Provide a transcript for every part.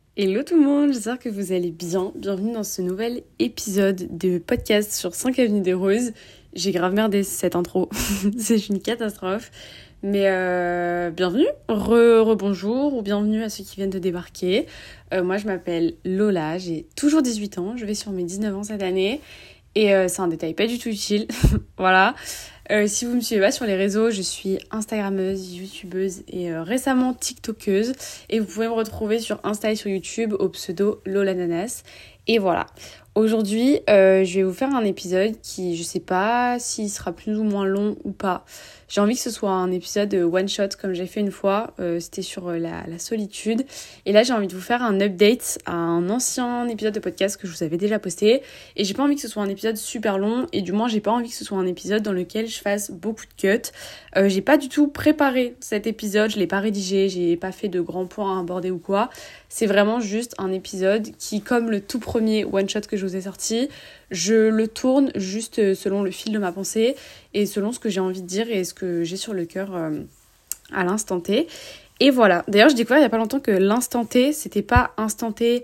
Hello tout le monde, j'espère que vous allez bien. Bienvenue dans ce nouvel épisode de podcast sur 5 avenues des Roses. J'ai grave merdé cette intro, c'est une catastrophe. Mais bienvenue, rebonjour ou bienvenue à ceux qui viennent de débarquer. Moi je m'appelle Lola, j'ai toujours 18 ans, je vais sur mes 19 ans cette année. Et c'est un détail pas du tout utile, voilà. Si vous me suivez pas sur les réseaux, je suis instagrammeuse, youtubeuse et récemment tiktokeuse. Et vous pouvez me retrouver sur Insta et sur YouTube au pseudo Lolananas. Et voilà. Aujourd'hui, je vais vous faire un épisode qui, je sais pas s'il sera plus ou moins long ou pas. J'ai envie que ce soit un épisode one shot comme j'ai fait une fois. C'était sur la solitude. Et là, j'ai envie de vous faire un update à un ancien épisode de podcast que je vous avais déjà posté. Et j'ai pas envie que ce soit un épisode super long. Et du moins, j'ai pas envie que ce soit un épisode dans lequel je fasse beaucoup de cuts. J'ai pas du tout préparé cet épisode. Je l'ai pas rédigé. J'ai pas fait de grands points à aborder ou quoi. C'est vraiment juste un épisode qui, comme le tout premier one-shot que je vous ai sorti, je le tourne juste selon le fil de ma pensée et selon ce que j'ai envie de dire et ce que j'ai sur le cœur à l'instant T. Et voilà. D'ailleurs, j'ai découvert il y a pas longtemps que l'instant T, c'était pas instant T,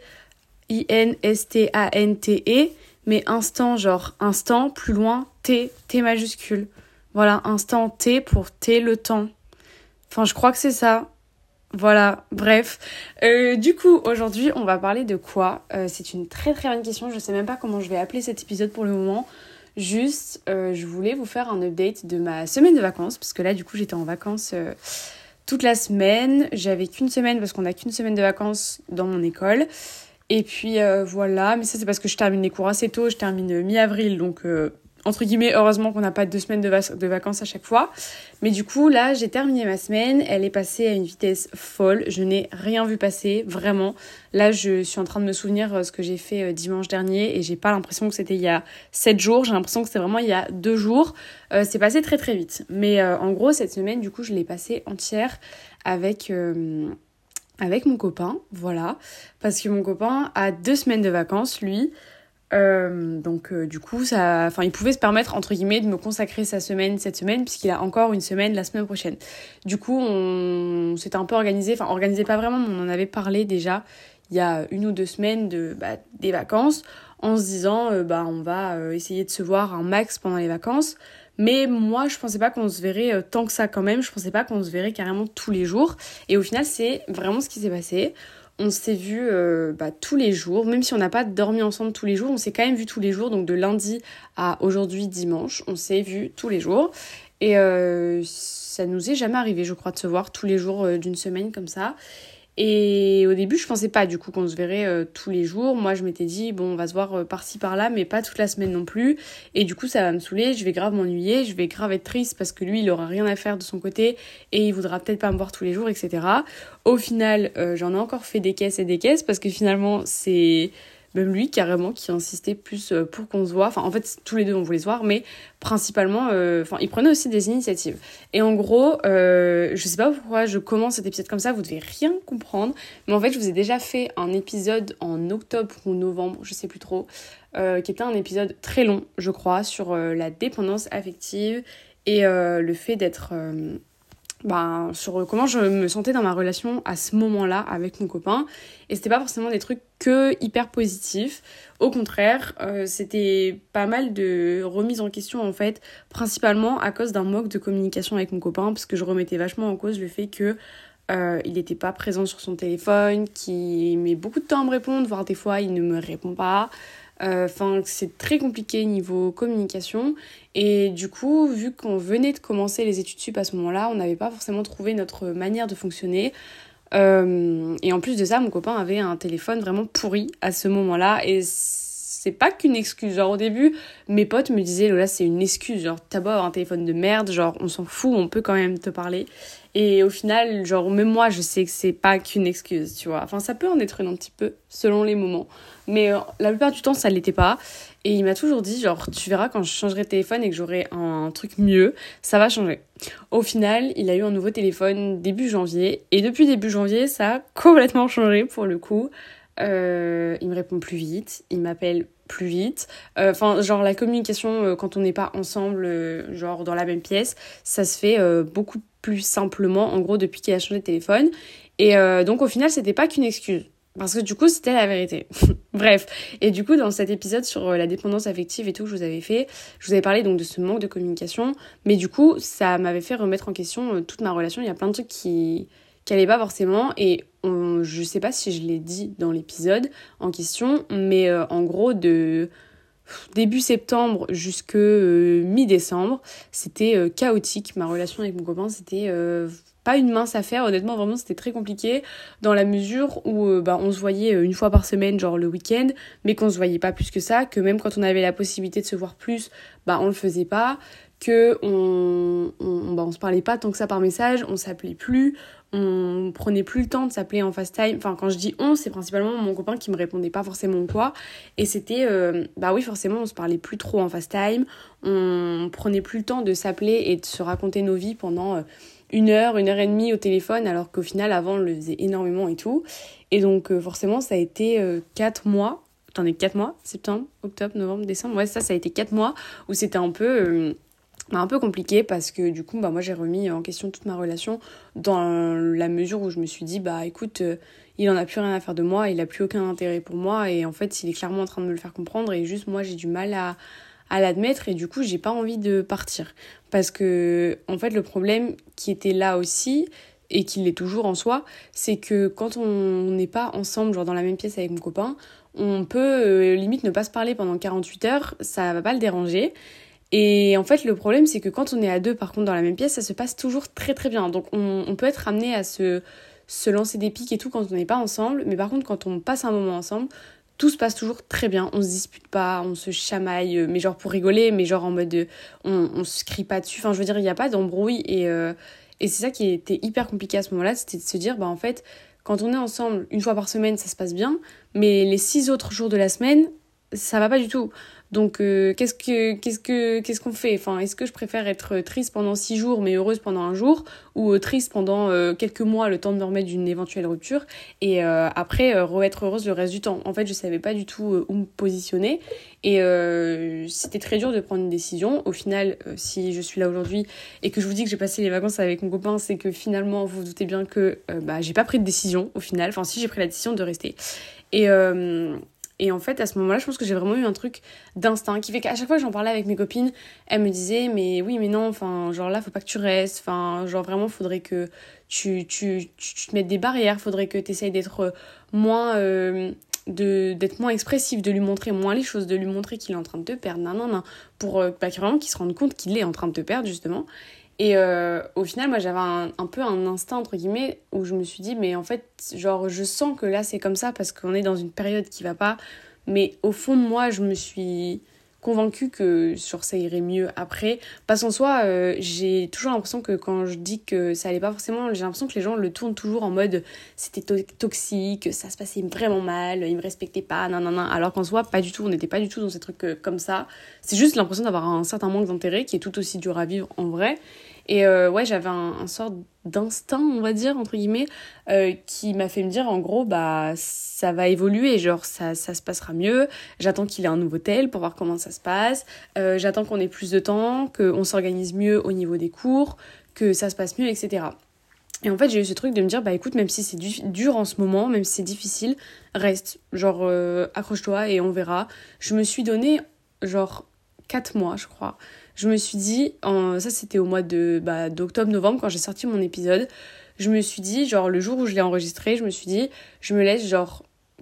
I-N-S-T-A-N-T-E, mais instant, genre instant, plus loin, T, T majuscule. Voilà, instant T pour T le temps. Enfin, je crois que c'est ça. Voilà, bref. Du coup, aujourd'hui, on va parler de quoi c'est une très très bonne question. Je sais même pas comment je vais appeler cet épisode pour le moment. Juste, je voulais vous faire un update de ma semaine de vacances. Parce que là, du coup, j'étais en vacances toute la semaine. J'avais qu'une semaine parce qu'on n'a qu'une semaine de vacances dans mon école. Et puis voilà, mais ça c'est parce que je termine les cours assez tôt. Je termine mi-avril, donc entre guillemets, heureusement qu'on n'a pas 2 semaines de vacances à chaque fois. Mais du coup, là, j'ai terminé ma semaine. Elle est passée à une vitesse folle. Je n'ai rien vu passer, vraiment. Là, je suis en train de me souvenir ce que j'ai fait dimanche dernier et j'ai pas l'impression que c'était il y a 7 jours. J'ai l'impression que c'était vraiment il y a 2 jours. C'est passé très très vite. Mais en gros, cette semaine, du coup, je l'ai passée entière avec mon copain, voilà. Parce que mon copain a 2 semaines de vacances, lui. Donc du coup il pouvait se permettre entre guillemets de me consacrer sa semaine cette semaine puisqu'il a encore une semaine la semaine prochaine. Du coup on s'était un peu organisé pas vraiment, mais on en avait parlé déjà il y a 1 ou 2 semaines des vacances en se disant on va essayer de se voir un max pendant les vacances. Mais moi je pensais pas qu'on se verrait tant que ça quand même, je pensais pas qu'on se verrait carrément tous les jours et au final c'est vraiment ce qui s'est passé. On s'est vu tous les jours, même si on n'a pas dormi ensemble tous les jours, on s'est quand même vu tous les jours, donc de lundi à aujourd'hui dimanche, on s'est vu tous les jours. Et ça nous est jamais arrivé, je crois, de se voir tous les jours d'une semaine comme ça. Et au début, je pensais pas du coup qu'on se verrait tous les jours. Moi, je m'étais dit, bon, on va se voir par-ci par-là, mais pas toute la semaine non plus. Et du coup, ça va me saouler, je vais grave m'ennuyer, je vais grave être triste parce que lui, il aura rien à faire de son côté et il voudra peut-être pas me voir tous les jours, etc. Au final, j'en ai encore fait des caisses et des caisses parce que finalement, c'est même lui carrément qui insistait plus pour qu'on se voit. Enfin, en fait, tous les deux, on voulait se voir, mais principalement, il prenait aussi des initiatives. Et en gros, je sais pas pourquoi je commence cet épisode comme ça, vous devez rien comprendre, mais en fait, je vous ai déjà fait un épisode en octobre ou novembre, je sais plus trop, qui était un épisode très long, je crois, sur la dépendance affective et le fait d'être... sur comment je me sentais dans ma relation à ce moment-là avec mon copain. Et c'était pas forcément des trucs que hyper positifs. Au contraire, c'était pas mal de remises en question en fait, principalement à cause d'un manque de communication avec mon copain, parce que je remettais vachement en cause le fait que il n'était pas présent sur son téléphone, qu'il met beaucoup de temps à me répondre, voire des fois il ne me répond pas. C'est très compliqué niveau communication et du coup vu qu'on venait de commencer les études sup à ce moment-là, on n'avait pas forcément trouvé notre manière de fonctionner et en plus de ça mon copain avait un téléphone vraiment pourri à ce moment-là et c'est pas qu'une excuse, genre au début mes potes me disaient Lola c'est une excuse, genre t'as beau avoir un téléphone de merde, genre on s'en fout, on peut quand même te parler et au final genre même moi je sais que c'est pas qu'une excuse, tu vois, enfin ça peut en être une un petit peu selon les moments. Mais la plupart du temps, ça l'était pas. Et il m'a toujours dit, genre, tu verras quand je changerai de téléphone et que j'aurai un truc mieux, ça va changer. Au final, il a eu un nouveau téléphone début janvier. Et depuis début janvier, ça a complètement changé pour le coup. Il me répond plus vite, il m'appelle plus vite. Genre la communication quand on n'est pas ensemble, genre dans la même pièce, ça se fait beaucoup plus simplement, en gros, depuis qu'il a changé de téléphone. Et donc au final, c'était pas qu'une excuse. Parce que du coup, c'était la vérité. Bref. Et du coup, dans cet épisode sur la dépendance affective et tout que je vous avais fait, je vous avais parlé donc de ce manque de communication. Mais du coup, ça m'avait fait remettre en question toute ma relation. Il y a plein de trucs qui allaient pas forcément. Et je sais pas si je l'ai dit dans l'épisode en question. Mais en gros, de début septembre jusque mi-décembre, c'était chaotique. Ma relation avec mon copain, c'était pas une mince affaire. Honnêtement, vraiment, c'était très compliqué dans la mesure où on se voyait une fois par semaine, genre le week-end, mais qu'on se voyait pas plus que ça, que même quand on avait la possibilité de se voir plus, on le faisait pas, que on se parlait pas tant que ça par message, on s'appelait plus, on prenait plus le temps de s'appeler en FaceTime. Enfin, quand je dis on, c'est principalement mon copain qui me répondait pas forcément quoi. Et c'était, oui, forcément, on se parlait plus trop en FaceTime, on prenait plus le temps de s'appeler et de se raconter nos vies pendant 1 heure et demie au téléphone, alors qu'au final, avant, on le faisait énormément et tout. Et donc, forcément, ça a été 4 mois. Attendez, 4 mois, septembre, octobre, novembre, décembre. Ouais, ça a été 4 mois où c'était un peu compliqué parce que du coup, moi, j'ai remis en question toute ma relation dans la mesure où je me suis dit, écoute, il en a plus rien à faire de moi, il a plus aucun intérêt pour moi et en fait, il est clairement en train de me le faire comprendre et juste, moi, j'ai du mal à l'admettre et du coup, j'ai pas envie de partir. Parce que, en fait, le problème qui était là aussi, et qui l'est toujours en soi, c'est que quand on n'est pas ensemble, genre dans la même pièce avec mon copain, on peut limite ne pas se parler pendant 48 heures, ça va pas le déranger. Et en fait, le problème, c'est que quand on est à deux, par contre, dans la même pièce, ça se passe toujours très très bien. Donc on peut être amené à se lancer des pics et tout quand on n'est pas ensemble. Mais par contre, quand on passe un moment ensemble, tout se passe toujours très bien. On se dispute pas, on se chamaille, mais genre pour rigoler, mais genre en mode on se crie pas dessus. Enfin, je veux dire, il n'y a pas d'embrouille. Et c'est ça qui était hyper compliqué à ce moment-là, c'était de se dire, en fait, quand on est ensemble une fois par semaine, ça se passe bien. Mais les 6 autres jours de la semaine, ça va pas du tout. Donc qu'est-ce qu'on fait ? Enfin, est-ce que je préfère être triste pendant 6 jours mais heureuse pendant un jour, ou triste pendant quelques mois le temps de me remettre d'une éventuelle rupture et après être heureuse le reste du temps. En fait, je savais pas du tout où me positionner et c'était très dur de prendre une décision. Au final, si je suis là aujourd'hui et que je vous dis que j'ai passé les vacances avec mon copain, c'est que finalement vous vous doutez bien que j'ai pas pris de décision au final. Enfin si, j'ai pris la décision de rester. Et en fait, à ce moment-là, je pense que j'ai vraiment eu un truc d'instinct qui fait qu'à chaque fois que j'en parlais avec mes copines, elles me disaient, mais oui, mais non, enfin, genre là, faut pas que tu restes, enfin, genre vraiment, faudrait que tu te mettes des barrières, faudrait que tu essayes d'être moins, d'être moins expressif, de lui montrer moins les choses, de lui montrer qu'il est en train de te perdre, non, pour vraiment qu'il se rende compte qu'il est en train de te perdre, justement. Et au final, moi, j'avais un peu un instinct, entre guillemets, où je me suis dit, mais en fait, genre, je sens que là, c'est comme ça parce qu'on est dans une période qui va pas. Mais au fond de moi, je me suis convaincue que sur ça irait mieux après. Parce qu'en soi, j'ai toujours l'impression que quand je dis que ça allait pas forcément, j'ai l'impression que les gens le tournent toujours en mode c'était toxique, ça se passait vraiment mal, ils me respectaient pas, nan. Alors qu'en soi, pas du tout, on n'était pas du tout dans ces trucs comme ça. C'est juste l'impression d'avoir un certain manque d'intérêt qui est tout aussi dur à vivre en vrai. Et j'avais un sort d'instinct, on va dire, entre guillemets, qui m'a fait me dire, en gros, ça va évoluer, genre, ça se passera mieux. J'attends qu'il ait un nouveau tel pour voir comment ça se passe. J'attends qu'on ait plus de temps, qu'on s'organise mieux au niveau des cours, que ça se passe mieux, etc. Et en fait, j'ai eu ce truc de me dire, écoute, même si c'est dur en ce moment, même si c'est difficile, reste, genre, accroche-toi et on verra. Je me suis donné, genre, 4 mois, je crois. Je me suis dit, ça c'était au mois d'octobre-novembre quand j'ai sorti mon épisode, je me suis dit, genre le jour où je l'ai enregistré, je me suis dit, je me laisse genre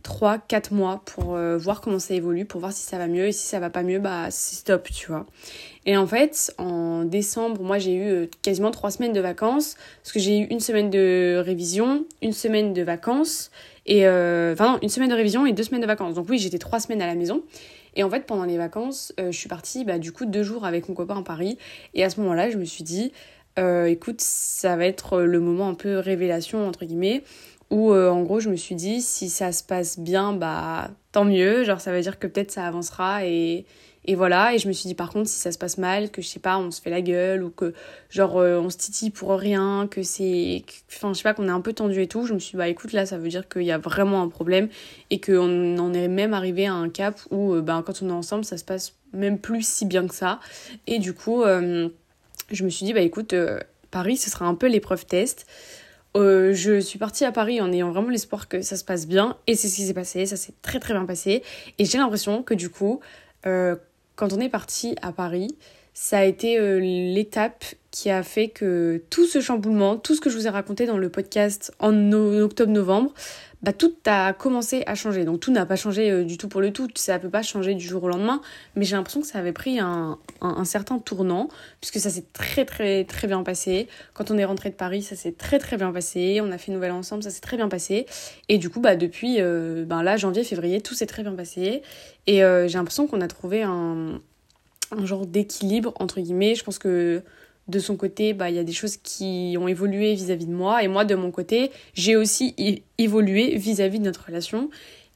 3-4 mois pour voir comment ça évolue, pour voir si ça va mieux, et si ça va pas mieux, c'est stop, tu vois. Et en fait, en décembre, moi j'ai eu quasiment 3 semaines de vacances, parce que j'ai eu 1 semaine de révision, 1 semaine de vacances, et 1 semaine de révision et 2 semaines de vacances. Donc oui, j'étais 3 semaines à la maison. Et en fait, pendant les vacances, je suis partie du coup 2 jours avec mon copain à Paris. Et à ce moment-là, je me suis dit, écoute, ça va être le moment un peu révélation, entre guillemets, où en gros, je me suis dit, si ça se passe bien, tant mieux. Genre, ça veut dire que peut-être ça avancera et voilà. Et je me suis dit, par contre, si ça se passe mal, que je sais pas, on se fait la gueule ou que genre on se titille pour rien, que je sais pas, qu'on est un peu tendu et tout, je me suis dit, écoute, là, ça veut dire qu'il y a vraiment un problème et qu'on en est même arrivé à un cap où quand on est ensemble, ça se passe même plus si bien que ça. Et du coup, je me suis dit, écoute, Paris, ce sera un peu l'épreuve test. je suis partie à Paris en ayant vraiment l'espoir que ça se passe bien. Et c'est ce qui s'est passé, ça s'est très très bien passé. Et j'ai l'impression que du coup, quand on est parti à Paris, ça a été l'étape qui a fait que tout ce chamboulement, tout ce que je vous ai raconté dans le podcast en octobre-novembre, bah tout a commencé à changer. Donc tout n'a pas changé du tout pour le tout, ça peut pas changer du jour au lendemain, mais j'ai l'impression que ça avait pris un certain tournant, puisque ça s'est très très très bien passé. Quand on est rentré de Paris, ça s'est très très bien passé, on a fait Nouvelle ensemble, ça s'est très bien passé, et du coup bah depuis là, janvier, février, tout s'est très bien passé, et j'ai l'impression qu'on a trouvé un genre d'équilibre, entre guillemets. Je pense que de son côté, bah, y a des choses qui ont évolué vis-à-vis de moi. Et moi, de mon côté, j'ai aussi évolué vis-à-vis de notre relation.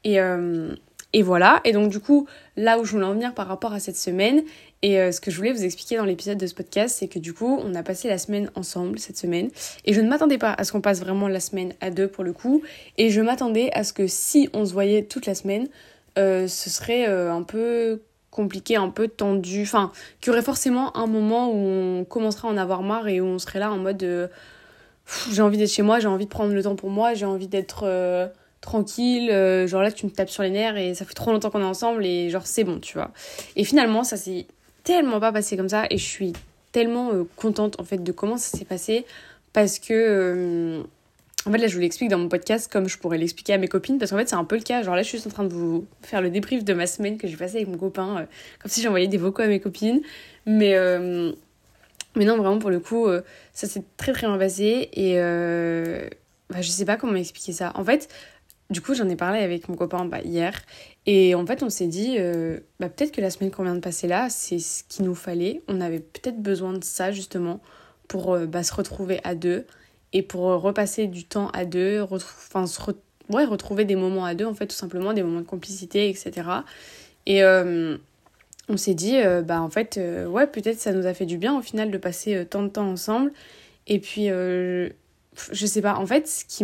Et voilà. Et donc, du coup, là où je voulais en venir par rapport à cette semaine, et ce que je voulais vous expliquer dans l'épisode de ce podcast, c'est que du coup, on a passé la semaine ensemble cette semaine. Et je ne m'attendais pas à ce qu'on passe vraiment la semaine à deux pour le coup. Et je m'attendais à ce que si on se voyait toute la semaine, ce serait un peu compliqué, un peu tendu, enfin, qu'il y aurait forcément un moment où on commencerait à en avoir marre et où on serait là en mode j'ai envie d'être chez moi, j'ai envie de prendre le temps pour moi, j'ai envie d'être tranquille, genre là tu me tapes sur les nerfs et ça fait trop longtemps qu'on est ensemble et genre c'est bon, tu vois. Et finalement ça s'est tellement pas passé comme ça et je suis tellement contente en fait de comment ça s'est passé parce que en fait, là, je vous l'explique dans mon podcast comme je pourrais l'expliquer à mes copines, parce qu'en fait, c'est un peu le cas. Genre là, je suis en train de vous faire le débrief de ma semaine que j'ai passée avec mon copain, comme si j'envoyais des vocaux à mes copines. Mais non, vraiment, pour le coup, ça s'est très très bien passé. Et je sais pas comment expliquer ça. En fait, du coup, j'en ai parlé avec mon copain hier. Et en fait, on s'est dit, peut-être que la semaine qu'on vient de passer là, c'est ce qu'il nous fallait. On avait peut-être besoin de ça, justement, pour se retrouver à deux. Et pour repasser du temps à deux, retrouver des moments à deux, en fait, tout simplement, des moments de complicité, etc. Et on s'est dit, en fait, peut-être ça nous a fait du bien, au final, de passer tant de temps ensemble. Et puis, je sais pas, en fait, ce qui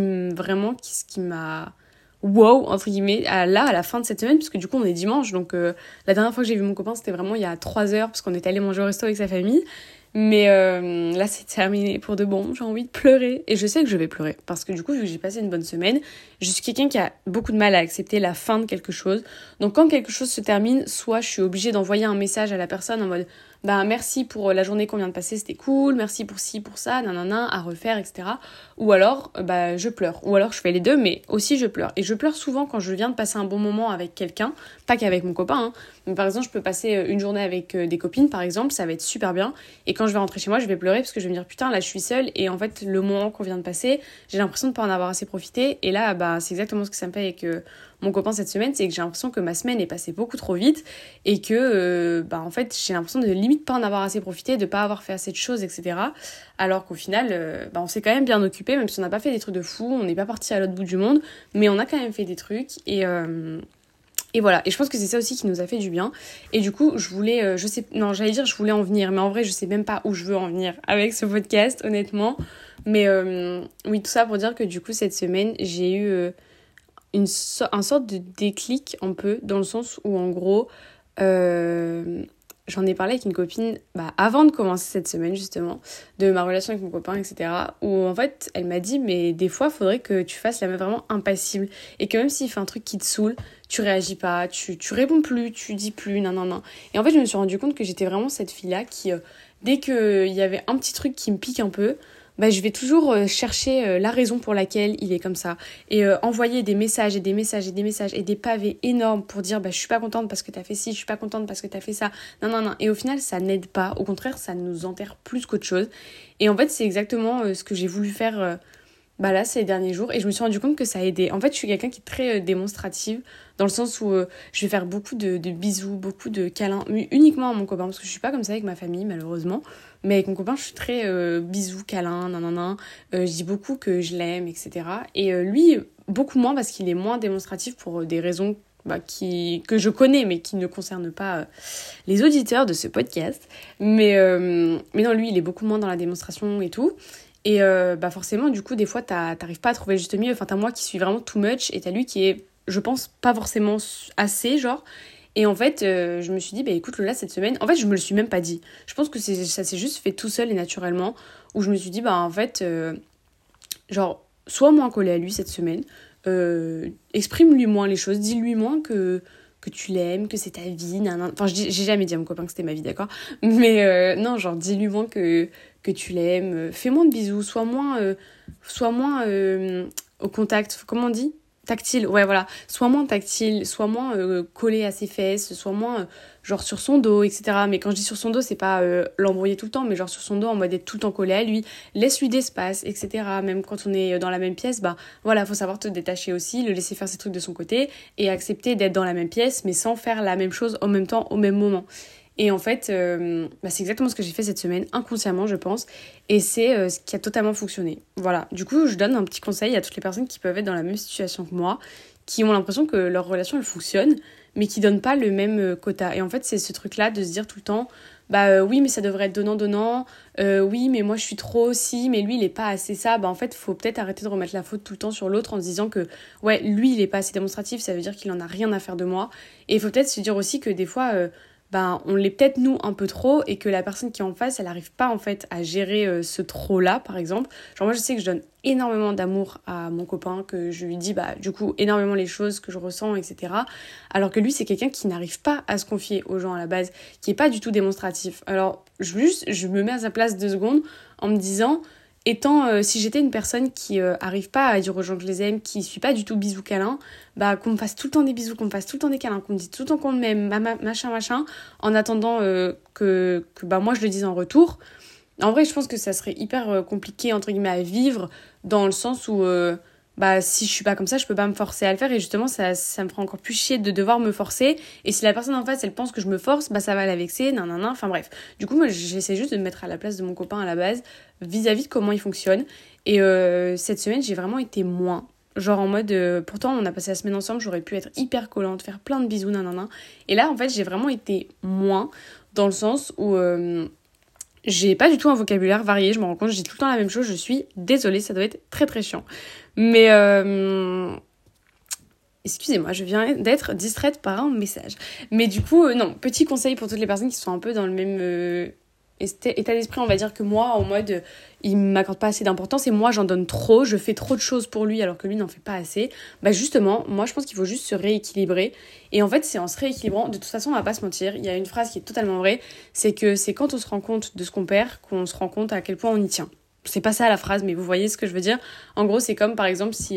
m'a wow, entre guillemets, à la fin de cette semaine, puisque du coup, on est dimanche, donc la dernière fois que j'ai vu mon copain, c'était vraiment il y a 3 heures, parce qu'on était allé manger au resto avec sa famille. Mais là, c'est terminé pour de bon. J'ai envie de pleurer. Et je sais que je vais pleurer. Parce que du coup, vu que j'ai passé une bonne semaine, je suis quelqu'un qui a beaucoup de mal à accepter la fin de quelque chose. Donc quand quelque chose se termine, soit je suis obligée d'envoyer un message à la personne en mode merci pour la journée qu'on vient de passer, c'était cool. Merci pour ci, pour ça, nanana, à refaire, etc. Ou alors, je pleure. Ou alors je fais les deux, mais aussi je pleure. Et je pleure souvent quand je viens de passer un bon moment avec quelqu'un. Pas qu'avec mon copain, hein. Mais par exemple, je peux passer une journée avec des copines, par exemple. Ça va être super bien. Et quand je vais rentrer chez moi, je vais pleurer parce que je vais me dire putain, là je suis seule et en fait le moment qu'on vient de passer, j'ai l'impression de pas en avoir assez profité. Et là c'est exactement ce que ça me fait avec mon copain cette semaine, c'est que j'ai l'impression que ma semaine est passée beaucoup trop vite et que en fait j'ai l'impression de limite pas en avoir assez profité, de pas avoir fait assez de choses, etc. Alors qu'au final on s'est quand même bien occupé, même si on n'a pas fait des trucs de fou, on n'est pas parti à l'autre bout du monde, mais on a quand même fait des trucs et voilà, et je pense que c'est ça aussi qui nous a fait du bien. Et du coup, je voulais, je voulais en venir, mais en vrai, je sais même pas où je veux en venir avec ce podcast, honnêtement. Mais oui, tout ça pour dire que du coup, cette semaine, j'ai eu un sorte de déclic un peu, dans le sens où, en gros, j'en ai parlé avec une copine avant de commencer cette semaine, justement, de ma relation avec mon copain, etc. Où en fait, elle m'a dit, mais des fois, il faudrait que tu fasses la meuf vraiment impassible. Et que même s'il fait un truc qui te saoule, tu réagis pas, tu réponds plus, tu dis plus, nan. Et en fait, je me suis rendu compte que j'étais vraiment cette fille-là qui, dès qu'il y avait un petit truc qui me pique un peu, je vais toujours chercher la raison pour laquelle il est comme ça. Et envoyer des messages et des messages et des messages et des pavés énormes pour dire je suis pas contente parce que t'as fait ci, je suis pas contente parce que t'as fait ça. Non. Et au final, ça n'aide pas. Au contraire, ça nous enterre plus qu'autre chose. Et en fait, c'est exactement ce que j'ai voulu faire là ces derniers jours. Et je me suis rendu compte que ça a aidé. En fait, je suis quelqu'un qui est très démonstrative dans le sens où je vais faire beaucoup de bisous, beaucoup de câlins, uniquement à mon copain parce que je suis pas comme ça avec ma famille malheureusement. Mais avec mon copain, je suis très bisous, câlins, nanana. Je dis beaucoup que je l'aime, etc. Et lui, beaucoup moins parce qu'il est moins démonstratif pour des raisons que je connais, mais qui ne concernent pas les auditeurs de ce podcast. Mais non, lui, il est beaucoup moins dans la démonstration et tout. Et forcément, du coup, des fois, t'arrives pas à trouver le juste milieu. Enfin, t'as moi qui suis vraiment too much et t'as lui qui est, je pense, pas forcément assez, genre... Et en fait, je me suis dit, écoute Lola, cette semaine... En fait, je me le suis même pas dit. Je pense que ça s'est juste fait tout seul et naturellement. Où je me suis dit, en fait, sois moins collé à lui cette semaine. Exprime-lui moins les choses, dis-lui moins que tu l'aimes, que c'est ta vie, nanana. Enfin, j'ai jamais dit à mon copain que c'était ma vie, d'accord? Mais non, genre, dis-lui moins que tu l'aimes. Fais moins de bisous, sois moins au contact. Comment on dit? Tactile, ouais, voilà. Sois moins tactile, sois moins collé à ses fesses, sois moins genre sur son dos, etc. Mais quand je dis sur son dos, c'est pas l'embrouiller tout le temps, mais genre sur son dos en mode être tout le temps collé à lui. Laisse-lui d'espace, etc. Même quand on est dans la même pièce, bah voilà, faut savoir te détacher aussi, le laisser faire ses trucs de son côté et accepter d'être dans la même pièce, mais sans faire la même chose en même temps, au même moment. Et en fait, c'est exactement ce que j'ai fait cette semaine, inconsciemment, je pense. Et c'est ce qui a totalement fonctionné. Voilà. Du coup, je donne un petit conseil à toutes les personnes qui peuvent être dans la même situation que moi, qui ont l'impression que leur relation, elle fonctionne, mais qui donnent pas le même quota. Et en fait, c'est ce truc-là de se dire tout le temps, oui, mais ça devrait être donnant-donnant. Oui, mais moi, je suis trop aussi, mais lui, il est pas assez ça. En fait, faut peut-être arrêter de remettre la faute tout le temps sur l'autre en se disant que, ouais, lui, il est pas assez démonstratif, ça veut dire qu'il en a rien à faire de moi. Et il faut peut-être se dire aussi que des fois... on l'est peut-être nous un peu trop et que la personne qui est en face, elle n'arrive pas en fait à gérer ce trop-là, par exemple. Genre moi, je sais que je donne énormément d'amour à mon copain, que je lui dis du coup énormément les choses que je ressens, etc. Alors que lui, c'est quelqu'un qui n'arrive pas à se confier aux gens à la base, qui est pas du tout démonstratif. Alors je me mets à sa place 2 secondes en me disant... si j'étais une personne qui arrive pas à dire aux gens que je les aime, qui suis pas du tout bisous câlin, qu'on me fasse tout le temps des bisous, qu'on me fasse tout le temps des câlins, qu'on me dise tout le temps qu'on m'aime, machin, en attendant que moi je le dise en retour. En vrai, je pense que ça serait hyper compliqué entre guillemets à vivre dans le sens où si je suis pas comme ça, je peux pas me forcer à le faire et justement ça me ferait encore plus chier de devoir me forcer. Et si la personne en face elle pense que je me force, ça va la vexer, nanana, enfin bref. Du coup, moi j'essaie juste de me mettre à la place de mon copain à la base vis-à-vis de comment il fonctionne. Et cette semaine, j'ai vraiment été moins. Genre en mode, pourtant on a passé la semaine ensemble, j'aurais pu être hyper collante, faire plein de bisous, nanana. Et là, en fait, j'ai vraiment été moins dans le sens où j'ai pas du tout un vocabulaire varié, je me rends compte, je dis tout le temps la même chose, je suis désolée, ça doit être très très chiant. Mais excusez-moi, je viens d'être distraite par un message. Mais du coup, non, petit conseil pour toutes les personnes qui sont un peu dans le même état d'esprit, on va dire, que moi, en mode, il m'accorde pas assez d'importance et moi, j'en donne trop, je fais trop de choses pour lui alors que lui n'en fait pas assez. Justement, moi, je pense qu'il faut juste se rééquilibrer. Et en fait, c'est en se rééquilibrant, de toute façon, on va pas se mentir, il y a une phrase qui est totalement vraie, c'est que c'est quand on se rend compte de ce qu'on perd qu'on se rend compte à quel point on y tient. C'est pas ça la phrase, mais vous voyez ce que je veux dire. En gros, c'est comme, par exemple, si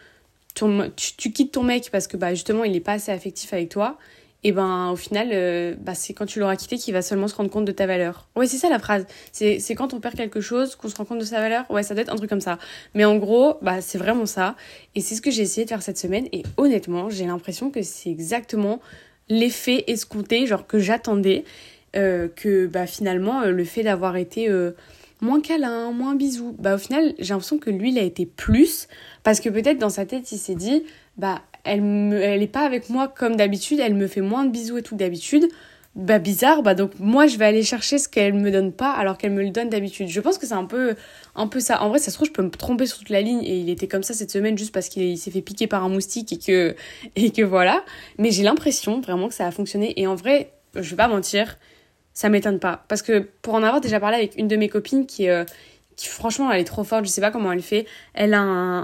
tu quittes ton mec parce que justement il est pas assez affectif avec toi, et au final c'est quand tu l'auras quitté qu'il va seulement se rendre compte de ta valeur. Ouais, c'est ça la phrase, c'est quand on perd quelque chose qu'on se rend compte de sa valeur. Ouais, ça doit être un truc comme ça, mais en gros c'est vraiment ça, et c'est ce que j'ai essayé de faire cette semaine, et honnêtement j'ai l'impression que c'est exactement l'effet escompté, genre que j'attendais, que finalement le fait d'avoir été moins câlin, moins bisous, au final j'ai l'impression que lui il a été plus, parce que peut-être dans sa tête il s'est dit elle est pas avec moi comme d'habitude, elle me fait moins de bisous et tout que d'habitude, bizarre, donc moi je vais aller chercher ce qu'elle me donne pas alors qu'elle me le donne d'habitude. Je pense que c'est un peu ça. En vrai, ça se trouve je peux me tromper sur toute la ligne et il était comme ça cette semaine juste parce qu'il s'est fait piquer par un moustique et que voilà, mais j'ai l'impression vraiment que ça a fonctionné. Et en vrai, je vais pas mentir, ça m'étonne pas, parce que pour en avoir déjà parlé avec une de mes copines qui franchement elle est trop forte, je sais pas comment elle fait, elle a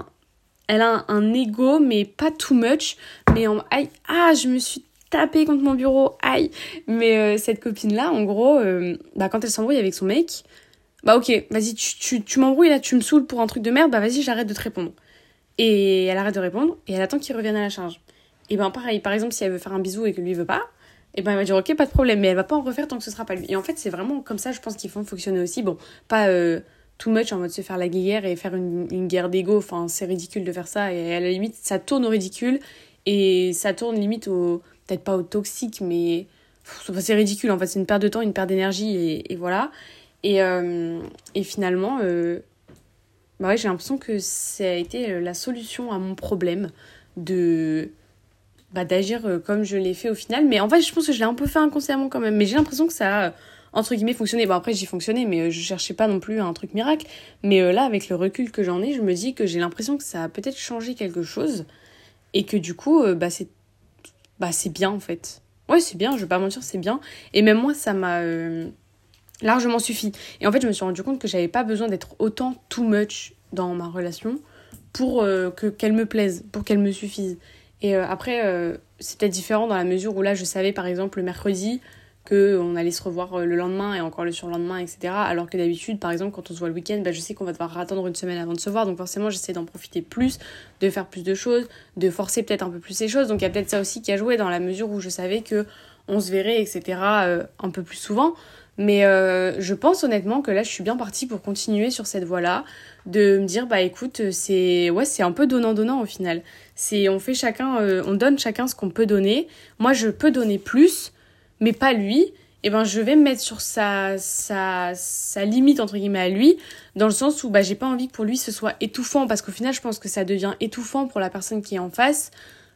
un ego mais pas too much, mais je me suis tapée contre mon bureau, aïe. Mais cette copine là en gros quand elle s'embrouille avec son mec, ok, vas-y, tu m'embrouilles là, tu me saoules pour un truc de merde, vas-y, j'arrête de te répondre. Et elle arrête de répondre et elle attend qu'il revienne à la charge. Et pareil, par exemple, si elle veut faire un bisou et que lui veut pas, elle va dire ok, pas de problème, mais elle va pas en refaire tant que ce sera pas lui. Et en fait, c'est vraiment comme ça, je pense qu'il faut fonctionner aussi. Bon, pas too much en mode se faire la guéguerre et faire une guerre d'ego, enfin, c'est ridicule de faire ça. Et à la limite, ça tourne au ridicule et ça tourne limite peut-être pas au toxique, mais c'est ridicule en fait, c'est une perte de temps, une perte d'énergie et voilà. Et finalement, ouais, j'ai l'impression que ça a été la solution à mon problème d'agir comme je l'ai fait au final. Mais en fait, je pense que je l'ai un peu fait inconsciemment quand même. Mais j'ai l'impression que ça a, entre guillemets, fonctionné. Après, j'y fonctionnais, mais je cherchais pas non plus un truc miracle. Mais là, avec le recul que j'en ai, je me dis que j'ai l'impression que ça a peut-être changé quelque chose. Et que du coup, c'est bien, en fait. Ouais, c'est bien, je vais pas mentir, c'est bien. Et même moi, ça m'a largement suffi. Et en fait, je me suis rendu compte que j'avais pas besoin d'être autant too much dans ma relation pour qu'elle me plaise, pour qu'elle me suffise. Et après, c'est peut-être différent dans la mesure où là, je savais par exemple le mercredi qu'on allait se revoir le lendemain et encore le surlendemain, etc. Alors que d'habitude, par exemple, quand on se voit le week-end, je sais qu'on va devoir attendre une semaine avant de se voir. Donc forcément, j'essaie d'en profiter plus, de faire plus de choses, de forcer peut-être un peu plus les choses. Donc il y a peut-être ça aussi qui a joué dans la mesure où je savais qu'on se verrait, etc. Un peu plus souvent. Mais je pense honnêtement que là, je suis bien partie pour continuer sur cette voie-là, de me dire, écoute, c'est un peu donnant-donnant au final. On fait chacun, on donne chacun ce qu'on peut donner. Moi, je peux donner plus, mais pas lui. Et je vais me mettre sur sa limite, entre guillemets, à lui, dans le sens où j'ai pas envie que pour lui ce soit étouffant, parce qu'au final, je pense que ça devient étouffant pour la personne qui est en face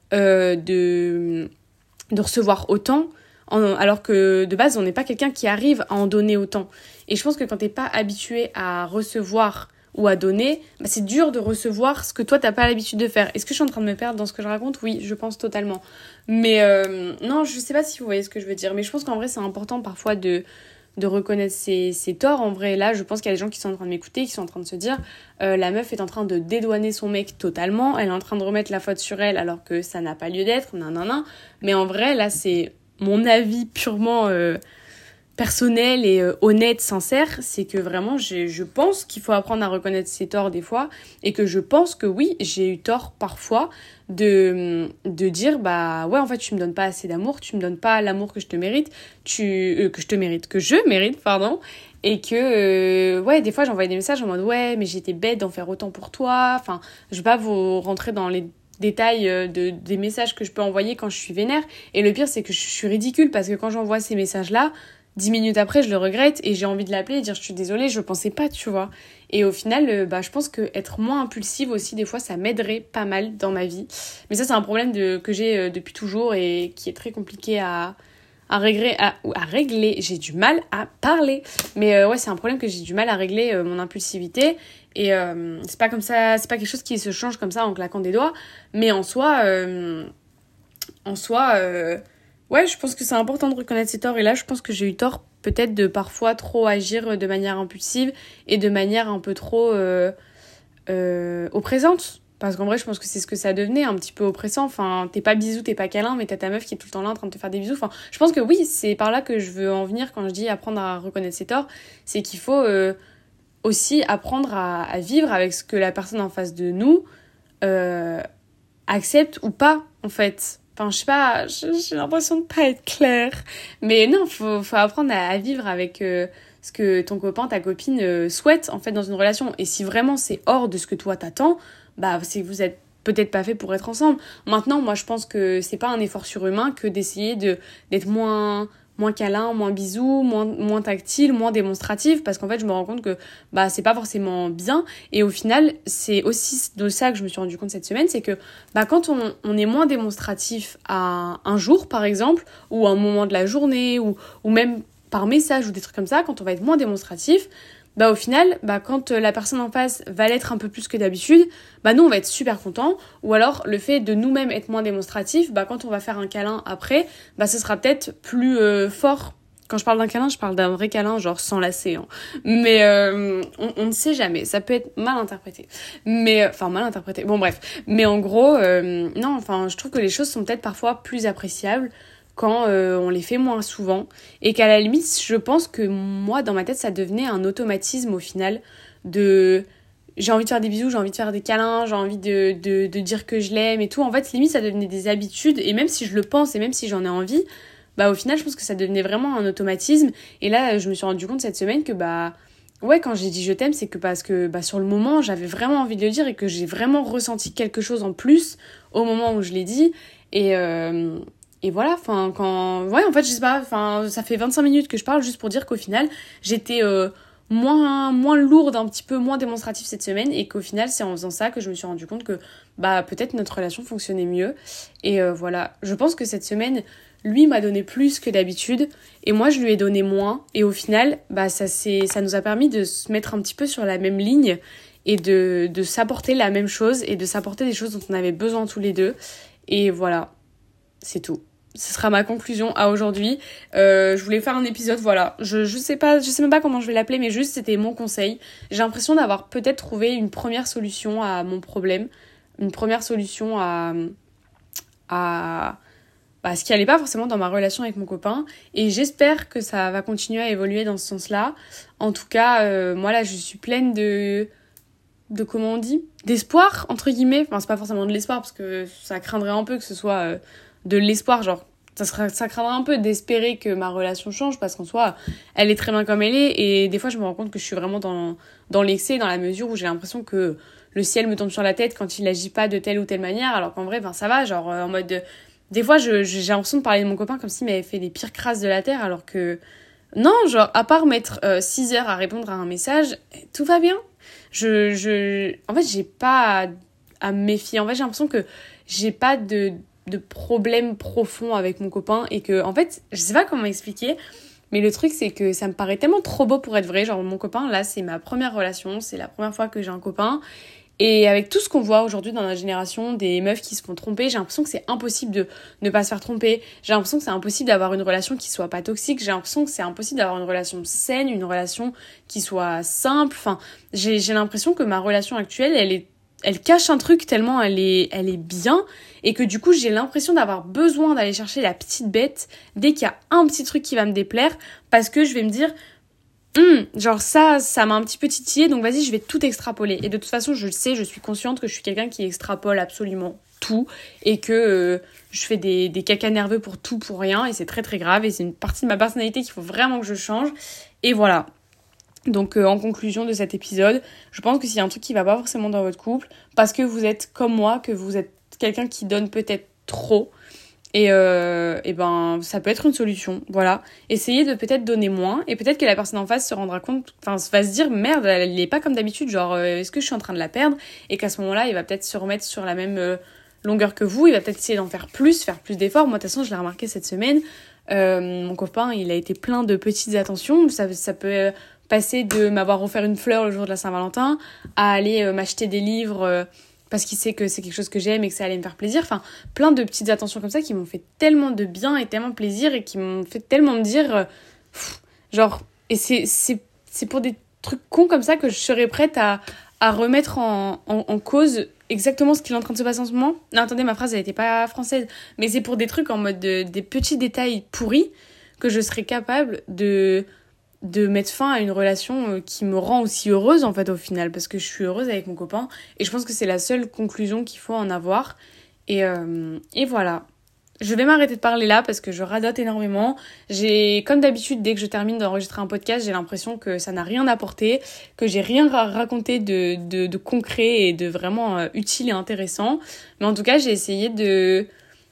de recevoir autant. Alors que de base on n'est pas quelqu'un qui arrive à en donner autant, et je pense que quand t'es pas habitué à recevoir ou à donner, c'est dur de recevoir ce que toi t'as pas l'habitude de faire. Est-ce que je suis en train de me perdre dans ce que je raconte ? Oui, je pense totalement, mais non, je sais pas si vous voyez ce que je veux dire, mais je pense qu'en vrai c'est important parfois de reconnaître ses torts. En vrai, là, je pense qu'il y a des gens qui sont en train de m'écouter, qui sont en train de se dire la meuf est en train de dédouaner son mec totalement, elle est en train de remettre la faute sur elle alors que ça n'a pas lieu d'être, nanana. Mais en vrai, là, c'est mon avis purement personnel et honnête, sincère, c'est que vraiment, je pense qu'il faut apprendre à reconnaître ses torts des fois, et que je pense que oui, j'ai eu tort parfois de dire ouais, en fait, tu me donnes pas assez d'amour, tu me donnes pas l'amour que je te mérite, que je mérite, pardon, et que ouais, des fois j'envoyais des messages en mode ouais, mais j'étais bête d'en faire autant pour toi. Enfin, je vais pas vous rentrer dans les détails des messages que je peux envoyer quand je suis vénère, et le pire c'est que je suis ridicule, parce que quand j'envoie ces messages là, 10 minutes après je le regrette et j'ai envie de l'appeler et dire je suis désolée, je pensais pas, tu vois. Et au final je pense que être moins impulsive aussi des fois ça m'aiderait pas mal dans ma vie, mais ça c'est un problème que j'ai depuis toujours et qui est très compliqué à régler. J'ai du mal à parler, mais ouais, c'est un problème que j'ai du mal à régler, mon impulsivité. Et c'est pas comme ça, c'est pas quelque chose qui se change comme ça en claquant des doigts, mais en soi ouais, je pense que c'est important de reconnaître ses torts. Et là, je pense que j'ai eu tort peut-être de parfois trop agir de manière impulsive et de manière un peu trop oppressante. Parce qu'en vrai, je pense que c'est ce que ça devenait, un petit peu oppressant. Enfin, t'es pas bisou, t'es pas câlin, mais t'as ta meuf qui est tout le temps là en train de te faire des bisous. Enfin, je pense que oui, c'est par là que je veux en venir quand je dis apprendre à reconnaître ses torts. C'est qu'il faut aussi apprendre à vivre avec ce que la personne en face de nous accepte ou pas, en fait. Enfin, je sais pas, j'ai l'impression de pas être claire. Mais non, faut apprendre à vivre avec ce que ton copain, ta copine souhaite, en fait, dans une relation. Et si vraiment c'est hors de ce que toi t'attends, c'est que vous êtes peut-être pas fait pour être ensemble. Maintenant, moi, je pense que c'est pas un effort surhumain que d'essayer d'être moins câlin, moins bisou, moins tactile, moins démonstratif, parce qu'en fait je me rends compte que c'est pas forcément bien. Et au final c'est aussi de ça que je me suis rendu compte cette semaine, c'est que quand on est moins démonstratif à un jour par exemple, ou à un moment de la journée, ou même par message ou des trucs comme ça, quand on va être moins démonstratif, au final, quand la personne en face va l'être un peu plus que d'habitude, nous, on va être super contents. Ou alors, le fait de nous-mêmes être moins démonstratifs, quand on va faire un câlin après, ce sera peut-être plus fort. Quand je parle d'un câlin, je parle d'un vrai câlin, genre sans lacet. Hein. Mais on ne sait jamais. Ça peut être mal interprété. Mal interprété. Bon, bref. Mais en gros, non, je trouve que les choses sont peut-être parfois plus appréciables quand on les fait moins souvent, et qu'à la limite, je pense que moi, dans ma tête, ça devenait un automatisme au final de j'ai envie de faire des bisous, j'ai envie de faire des câlins, j'ai envie de dire que je l'aime et tout. En fait, limite, ça devenait des habitudes, et même si je le pense et même si j'en ai envie, au final, je pense que ça devenait vraiment un automatisme. Et là, je me suis rendu compte cette semaine que ouais, quand j'ai dit je t'aime, c'est que parce que sur le moment, j'avais vraiment envie de le dire et que j'ai vraiment ressenti quelque chose en plus au moment où je l'ai dit. Et voilà, ouais, en fait, je sais pas, ça fait 25 minutes que je parle juste pour dire qu'au final, j'étais moins lourde, un petit peu moins démonstrative cette semaine, et qu'au final, c'est en faisant ça que je me suis rendu compte que peut-être notre relation fonctionnait mieux. Et voilà, je pense que cette semaine, lui m'a donné plus que d'habitude, et moi, je lui ai donné moins. Et au final, ça nous a permis de se mettre un petit peu sur la même ligne, et de s'apporter la même chose, et de s'apporter des choses dont on avait besoin tous les deux. Et voilà, c'est tout. ce sera ma conclusion à aujourd'hui. Je voulais faire un épisode, voilà. Je sais même pas comment je vais l'appeler, mais juste c'était mon conseil. J'ai l'impression d'avoir peut-être trouvé une première solution à mon problème, une première solution à ce qui allait pas forcément dans ma relation avec mon copain, et j'espère que ça va continuer à évoluer dans ce sens-là. En tout cas, moi là, je suis pleine de comment on dit, d'espoir entre guillemets. Enfin, c'est pas forcément de l'espoir parce que ça craindrait un peu que ce soit de l'espoir, genre ça craindrait un peu d'espérer que ma relation change, parce qu'en soi elle est très bien comme elle est, et des fois je me rends compte que je suis vraiment dans l'excès, dans la mesure où j'ai l'impression que le ciel me tombe sur la tête quand il agit pas de telle ou telle manière, alors qu'en vrai ça va, genre en mode des fois j'ai l'impression de parler de mon copain comme s'il m'avait fait les pires crasses de la terre, alors que non, genre à part mettre 6 heures à répondre à un message, tout va bien. En fait, j'ai pas à me méfier. En fait, j'ai l'impression que j'ai pas de problème profond avec mon copain, et que, en fait, je sais pas comment expliquer, mais le truc, c'est que ça me paraît tellement trop beau pour être vrai. Genre, mon copain, là, c'est ma première relation, c'est la première fois que j'ai un copain. Et avec tout ce qu'on voit aujourd'hui dans notre génération, des meufs qui se font tromper, j'ai l'impression que c'est impossible de ne pas se faire tromper. J'ai l'impression que c'est impossible d'avoir une relation qui soit pas toxique. J'ai l'impression que c'est impossible d'avoir une relation saine, une relation qui soit simple. Enfin, j'ai l'impression que ma relation actuelle, elle cache un truc tellement elle est bien, et que du coup, j'ai l'impression d'avoir besoin d'aller chercher la petite bête dès qu'il y a un petit truc qui va me déplaire, parce que je vais me dire... genre ça m'a un petit peu titillé, donc vas-y, je vais tout extrapoler. Et de toute façon, je suis consciente que je suis quelqu'un qui extrapole absolument tout, et que je fais des cacas nerveux pour tout, pour rien, et c'est très très grave, et c'est une partie de ma personnalité qu'il faut vraiment que je change. Et voilà. Donc en conclusion de cet épisode, je pense que s'il y a un truc qui va pas forcément dans votre couple, parce que vous êtes comme moi, que vous êtes quelqu'un qui donne peut-être trop, et ben ça peut être une solution, voilà. Essayez de peut-être donner moins, et peut-être que la personne en face se rendra compte, enfin va se dire merde, elle est pas comme d'habitude, genre est-ce que je suis en train de la perdre, et qu'à ce moment-là il va peut-être se remettre sur la même longueur que vous, il va peut-être essayer d'en faire plus d'efforts. Moi de toute façon je l'ai remarqué cette semaine, mon copain il a été plein de petites attentions, ça peut passer de m'avoir offert une fleur le jour de la Saint-Valentin à aller m'acheter des livres parce qu'il sait que c'est quelque chose que j'aime et que ça allait me faire plaisir. Enfin, plein de petites attentions comme ça qui m'ont fait tellement de bien et tellement plaisir, et qui m'ont fait tellement me dire... genre, et c'est pour des trucs cons comme ça que je serais prête à remettre en cause exactement ce qui est en train de se passer en ce moment. Non, attendez, ma phrase, elle était pas française. Mais c'est pour des trucs en mode des petits détails pourris que je serais capable de mettre fin à une relation qui me rend aussi heureuse, en fait, au final, parce que je suis heureuse avec mon copain, et je pense que c'est la seule conclusion qu'il faut en avoir. Et voilà. Je vais m'arrêter de parler là parce que je radote énormément. Comme d'habitude, dès que je termine d'enregistrer un podcast, j'ai l'impression que ça n'a rien apporté, que j'ai rien raconté de concret et de vraiment utile et intéressant. Mais en tout cas, j'ai essayé de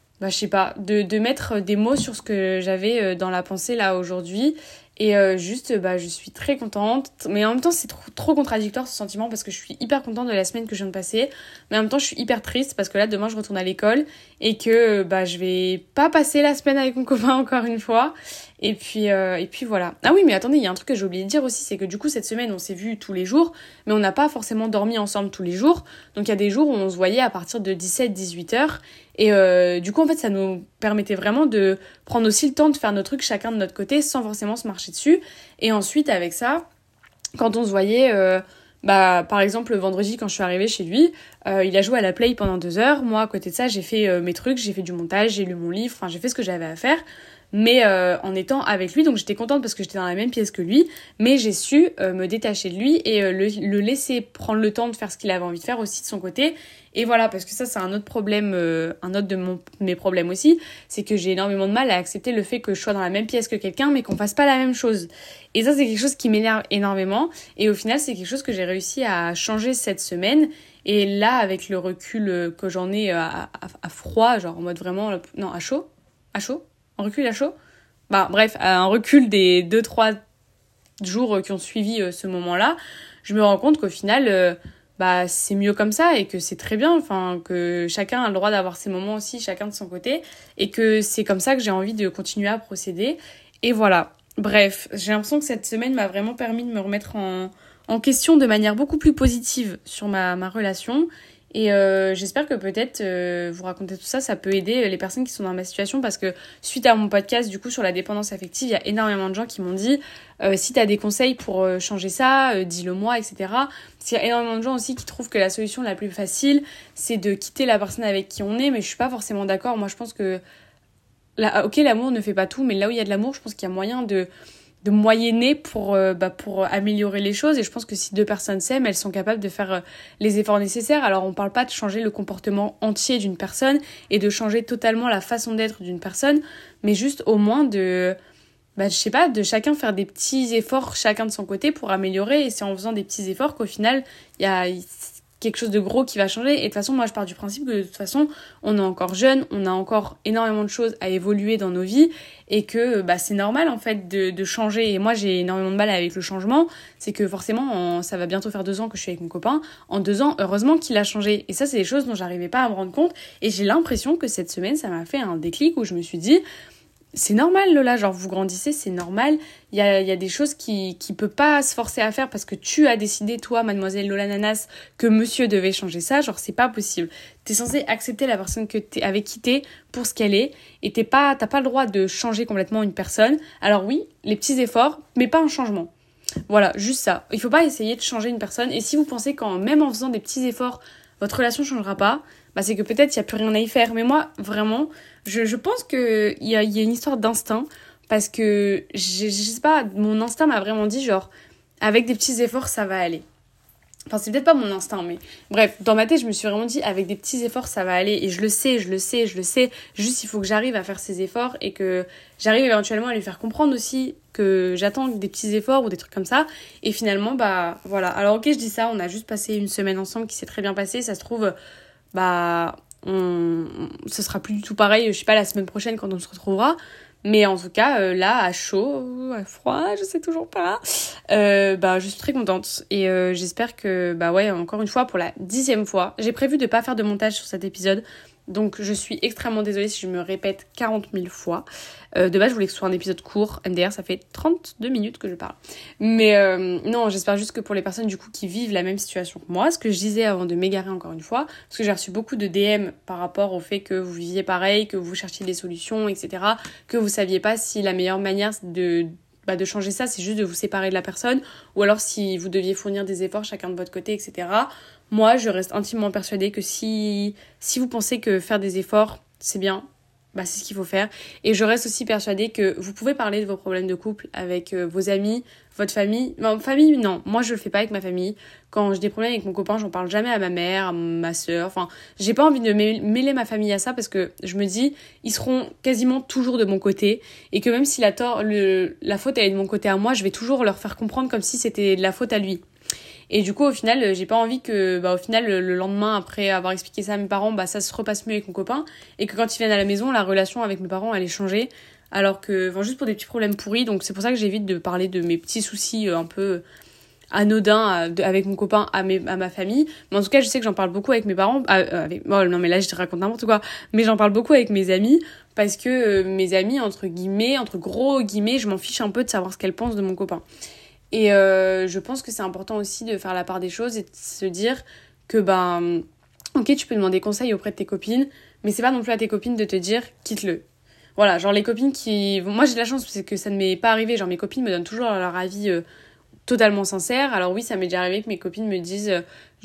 mettre des mots sur ce que j'avais dans la pensée là aujourd'hui. Et je suis très contente. Mais en même temps, c'est trop contradictoire ce sentiment, parce que je suis hyper contente de la semaine que je viens de passer. Mais en même temps, je suis hyper triste parce que là, demain, je retourne à l'école, et que je vais pas passer la semaine avec mon copain encore une fois. Et puis voilà. Ah oui, mais attendez, il y a un truc que j'ai oublié de dire aussi, c'est que du coup, cette semaine, on s'est vus tous les jours, mais on n'a pas forcément dormi ensemble tous les jours. Donc il y a des jours où on se voyait à partir de 17-18 heures. Et du coup, en fait, ça nous permettait vraiment de prendre aussi le temps de faire nos trucs chacun de notre côté, sans forcément se marcher dessus. Et ensuite, avec ça, quand on se voyait... par exemple, le vendredi, quand je suis arrivée chez lui, il a joué à la Play pendant 2 heures. Moi, à côté de ça, j'ai fait mes trucs, j'ai fait du montage, j'ai lu mon livre, enfin, j'ai fait ce que j'avais à faire. Mais en étant avec lui, donc j'étais contente parce que j'étais dans la même pièce que lui, mais j'ai su me détacher de lui et le laisser prendre le temps de faire ce qu'il avait envie de faire aussi de son côté. Et voilà, parce que ça, c'est un autre problème, un autre de mes problèmes aussi, c'est que j'ai énormément de mal à accepter le fait que je sois dans la même pièce que quelqu'un, mais qu'on fasse pas la même chose. Et ça, c'est quelque chose qui m'énerve énormément. Et au final, c'est quelque chose que j'ai réussi à changer cette semaine. Et là, avec le recul que j'en ai à froid, genre en mode vraiment... Non, à chaud. Un recul à chaud. Bref, un recul des 2-3 jours qui ont suivi ce moment-là, je me rends compte qu'au final... c'est mieux comme ça, et que c'est très bien, enfin, que chacun a le droit d'avoir ses moments aussi, chacun de son côté, et que c'est comme ça que j'ai envie de continuer à procéder. Et voilà. Bref, j'ai l'impression que cette semaine m'a vraiment permis de me remettre en question de manière beaucoup plus positive sur ma relation. Et j'espère que peut-être vous raconter tout ça, ça peut aider les personnes qui sont dans ma situation, parce que suite à mon podcast du coup sur la dépendance affective, il y a énormément de gens qui m'ont dit si t'as des conseils pour changer ça, dis-le moi, etc. Parce qu'il y a énormément de gens aussi qui trouvent que la solution la plus facile, c'est de quitter la personne avec qui on est, mais je suis pas forcément d'accord. Moi je pense que ok, l'amour ne fait pas tout, mais là où il y a de l'amour, je pense qu'il y a moyen de moyenner pour améliorer les choses. Et je pense que si deux personnes s'aiment, elles sont capables de faire les efforts nécessaires. Alors on parle pas de changer le comportement entier d'une personne et de changer totalement la façon d'être d'une personne, mais juste au moins de je sais pas, de chacun faire des petits efforts chacun de son côté pour améliorer. Et c'est en faisant des petits efforts qu'au final il y a quelque chose de gros qui va changer. Et de toute façon, moi je pars du principe que de toute façon on est encore jeune, on a encore énormément de choses à évoluer dans nos vies, et que c'est normal en fait de changer. Et moi j'ai énormément de mal avec le changement, c'est que forcément ça va bientôt faire 2 ans que je suis avec mon copain. En 2 ans, heureusement qu'il a changé, et ça c'est des choses dont j'arrivais pas à me rendre compte. Et j'ai l'impression que cette semaine ça m'a fait un déclic où je me suis dit c'est normal Lola, genre vous grandissez, c'est normal, il y a des choses qui peut pas se forcer à faire parce que tu as décidé, toi, mademoiselle Lola Nanas, que monsieur devait changer ça, genre c'est pas possible. T'es censé accepter la personne avec qui t'es pour ce qu'elle est, et t'as pas le droit de changer complètement une personne. Alors oui, les petits efforts, mais pas un changement. Voilà, juste ça. Il faut pas essayer de changer une personne, et si vous pensez même en faisant des petsais efforts, votre relation changera pas, c'est que peut-être il n'y a plus rien à y faire. Mais moi, vraiment, je pense qu'il y a une histoire d'instinct, parce que, je sais pas, mon instinct m'a vraiment dit, genre, avec des petits efforts, ça va aller. Enfin, c'est peut-être pas mon instinct, mais bref, dans ma tête, je me suis vraiment dit, avec des petits efforts, ça va aller. Et je le sais. Juste, il faut que j'arrive à faire ces efforts, et que j'arrive éventuellement à lui faire comprendre aussi que j'attends des petits efforts ou des trucs comme ça. Et finalement, voilà. Alors, ok, je dis ça, on a juste passé une semaine ensemble qui s'est très bien passée. Ça se trouve, ce sera plus du tout pareil, je sais pas, la semaine prochaine quand on se retrouvera. Mais en tout cas, là, à chaud, à froid, je sais toujours pas. Je suis très contente. Et j'espère que, encore une fois, pour la 10e fois, j'ai prévu de pas faire de montage sur cet épisode. Donc je suis extrêmement désolée si je me répète 40 000 fois. De base, je voulais que ce soit un épisode court. MDR, ça fait 32 minutes que je parle. Mais non, j'espère juste que pour les personnes du coup qui vivent la même situation que moi, ce que je disais avant de m'égarer encore une fois, parce que j'ai reçu beaucoup de DM par rapport au fait que vous viviez pareil, que vous cherchiez des solutions, etc. Que vous saviez pas si la meilleure manière de changer ça, c'est juste de vous séparer de la personne, ou alors si vous deviez fournir des efforts chacun de votre côté, etc. Moi, je reste intimement persuadée que si vous pensez que faire des efforts, c'est bien, c'est ce qu'il faut faire. Et je reste aussi persuadée que vous pouvez parler de vos problèmes de couple avec vos amis, votre famille. Famille, non. Moi, je le fais pas avec ma famille. Quand j'ai des problèmes avec mon copain, j'en parle jamais à ma mère, à ma sœur. Enfin, j'ai pas envie de mêler ma famille à ça, parce que je me dis, ils seront quasiment toujours de mon côté. Et que même si la faute elle est de mon côté à moi, je vais toujours leur faire comprendre comme si c'était de la faute à lui. Et du coup, au final, j'ai pas envie que, le lendemain, après avoir expliqué ça à mes parents, ça se repasse mieux avec mon copain. Et que quand ils viennent à la maison, la relation avec mes parents, elle est changée. Alors que, juste pour des petits problèmes pourris. Donc c'est pour ça que j'évite de parler de mes petits soucis un peu anodins avec mon copain à ma famille. Mais en tout cas, je sais que j'en parle beaucoup avec mes parents. Non, mais là, je te raconte n'importe quoi. Mais j'en parle beaucoup avec mes amis. Parce que mes amis, entre gros guillemets, je m'en fiche un peu de savoir ce qu'elles pensent de mon copain. Et je pense que c'est important aussi de faire la part des choses et de se dire que ok, tu peux demander conseil auprès de tes copines, mais c'est pas non plus à tes copines de te dire quitte-le. Voilà, genre les copines moi j'ai de la chance parce que ça ne m'est pas arrivé, genre mes copines me donnent toujours leur avis totalement sincère. Alors oui, ça m'est déjà arrivé que mes copines me disent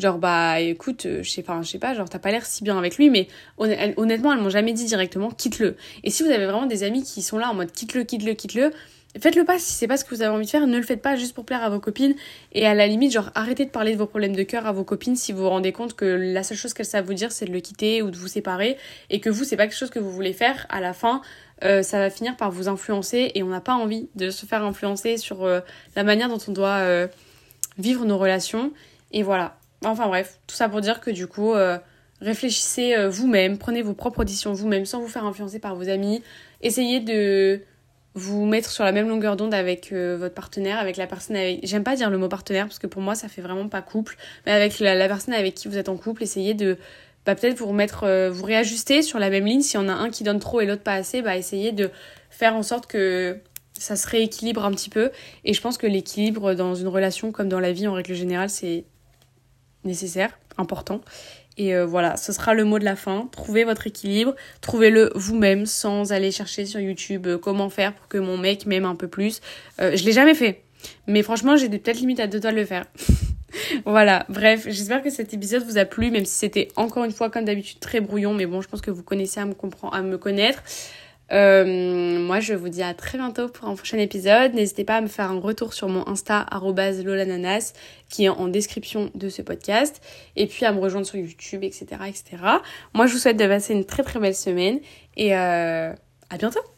écoute, je sais pas, genre t'as pas l'air si bien avec lui, mais honnêtement elles m'ont jamais dit directement quitte-le. Et si vous avez vraiment des amis qui sont là en mode quitte-le, faites-le pas. Si c'est pas ce que vous avez envie de faire, ne le faites pas juste pour plaire à vos copines. Et à la limite, genre arrêtez de parler de vos problèmes de cœur à vos copines si vous vous rendez compte que la seule chose qu'elles savent vous dire, c'est de le quitter ou de vous séparer, et que vous, c'est pas quelque chose que vous voulez faire. À la fin, ça va finir par vous influencer, et on n'a pas envie de se faire influencer sur la manière dont on doit vivre nos relations. Et voilà. Enfin bref, tout ça pour dire que du coup, réfléchissez vous-même, prenez vos propres décisions vous-même sans vous faire influencer par vos amis. Essayez de vous mettre sur la même longueur d'onde avec votre partenaire, avec la personne avec... J'aime pas dire le mot partenaire parce que pour moi ça fait vraiment pas couple, mais avec la personne avec qui vous êtes en couple, essayez de peut-être vous réajuster sur la même ligne. Si on a un qui donne trop et l'autre pas assez, essayez de faire en sorte que ça se rééquilibre un petit peu. Et je pense que l'équilibre dans une relation comme dans la vie en règle générale, c'est nécessaire, important. Et voilà, ce sera le mot de la fin. Trouvez votre équilibre, trouvez-le vous-même sans aller chercher sur YouTube comment faire pour que mon mec m'aime un peu plus. Je l'ai jamais fait, mais franchement, j'ai peut-être limite à deux doigts de le faire. Voilà, bref, j'espère que cet épisode vous a plu, même si c'était encore une fois comme d'habitude très brouillon, mais bon, je pense que vous connaissez à me connaître. Moi, je vous dis à très bientôt pour un prochain épisode. N'hésitez pas à me faire un retour sur mon Insta @lolananas qui est en description de ce podcast, et puis à me rejoindre sur YouTube, etc., etc. Moi, je vous souhaite de passer une très très belle semaine et à bientôt.